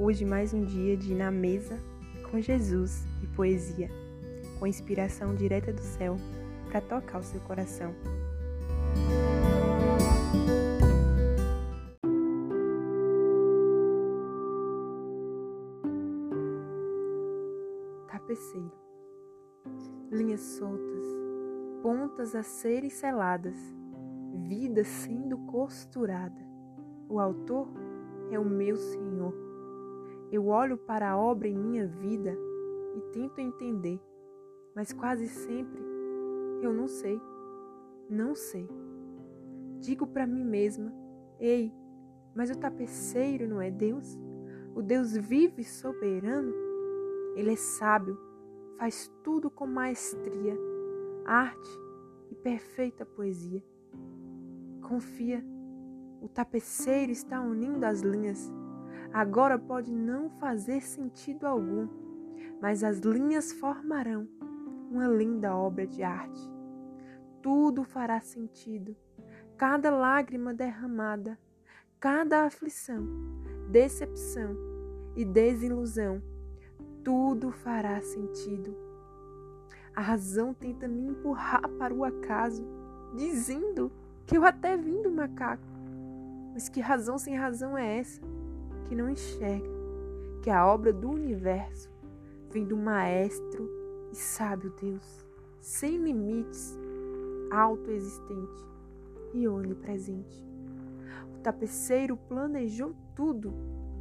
Hoje mais um dia de Na Mesa com Jesus e poesia, com inspiração direta do céu para tocar o seu coração. Tapeceiro. Linhas soltas, pontas a serem seladas, vida sendo costurada. O autor é o meu Senhor. Eu olho para a obra em minha vida e tento entender, mas quase sempre eu não sei. Digo para mim mesma, ei, mas o tapeceiro não é Deus? O Deus vivo e soberano? Ele é sábio, faz tudo com maestria, arte e perfeita poesia. Confia, o tapeceiro está unindo as linhas. Agora pode não fazer sentido algum, mas as linhas formarão uma linda obra de arte. Tudo fará sentido, cada lágrima derramada, cada aflição, decepção e desilusão, tudo fará sentido. A razão tenta me empurrar para o acaso, dizendo que eu até vim do macaco. Mas que razão sem razão é essa? Que não enxerga que a obra do universo vem do maestro e sábio Deus, sem limites, autoexistente e onipresente. O tapeceiro planejou tudo,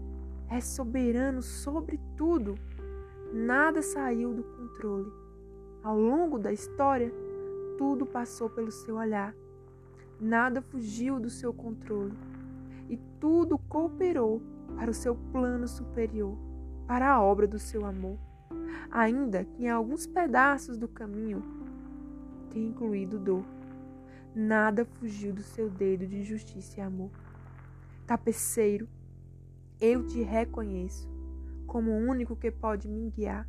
é soberano sobre tudo, nada saiu do controle. Ao longo da história, tudo passou pelo seu olhar, nada fugiu do seu controle e tudo cooperou para o seu plano superior, para a obra do seu amor, ainda que em alguns pedaços do caminho tenha incluído dor. Nada fugiu do seu dedo de justiça e amor. Tapeceiro, eu te reconheço como o único que pode me guiar.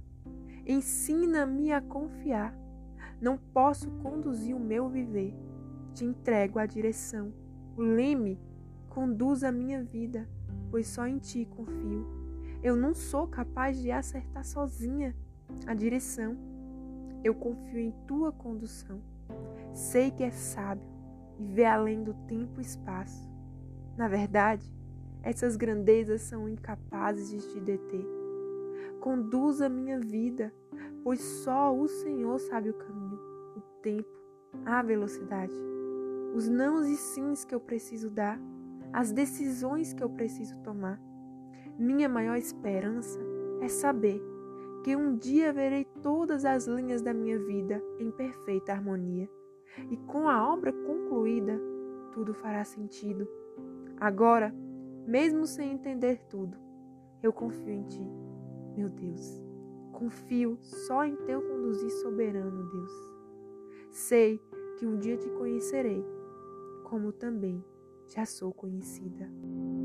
Ensina-me a confiar. Não posso conduzir o meu viver. Te entrego a direção. O leme conduz a minha vida, pois só em ti confio. Eu não sou capaz de acertar sozinha a direção. Eu confio em tua condução. Sei que é sábio e vê além do tempo e espaço. Na verdade, essas grandezas são incapazes de te deter. Conduz a minha vida, pois só o Senhor sabe o caminho, o tempo, a velocidade, os nãos e sims que eu preciso dar, as decisões que eu preciso tomar. Minha maior esperança é saber que um dia verei todas as linhas da minha vida em perfeita harmonia. E com a obra concluída, tudo fará sentido. Agora, mesmo sem entender tudo, eu confio em ti, meu Deus. Confio só em teu conduzir soberano, Deus. Sei que um dia te conhecerei, como também já sou conhecida.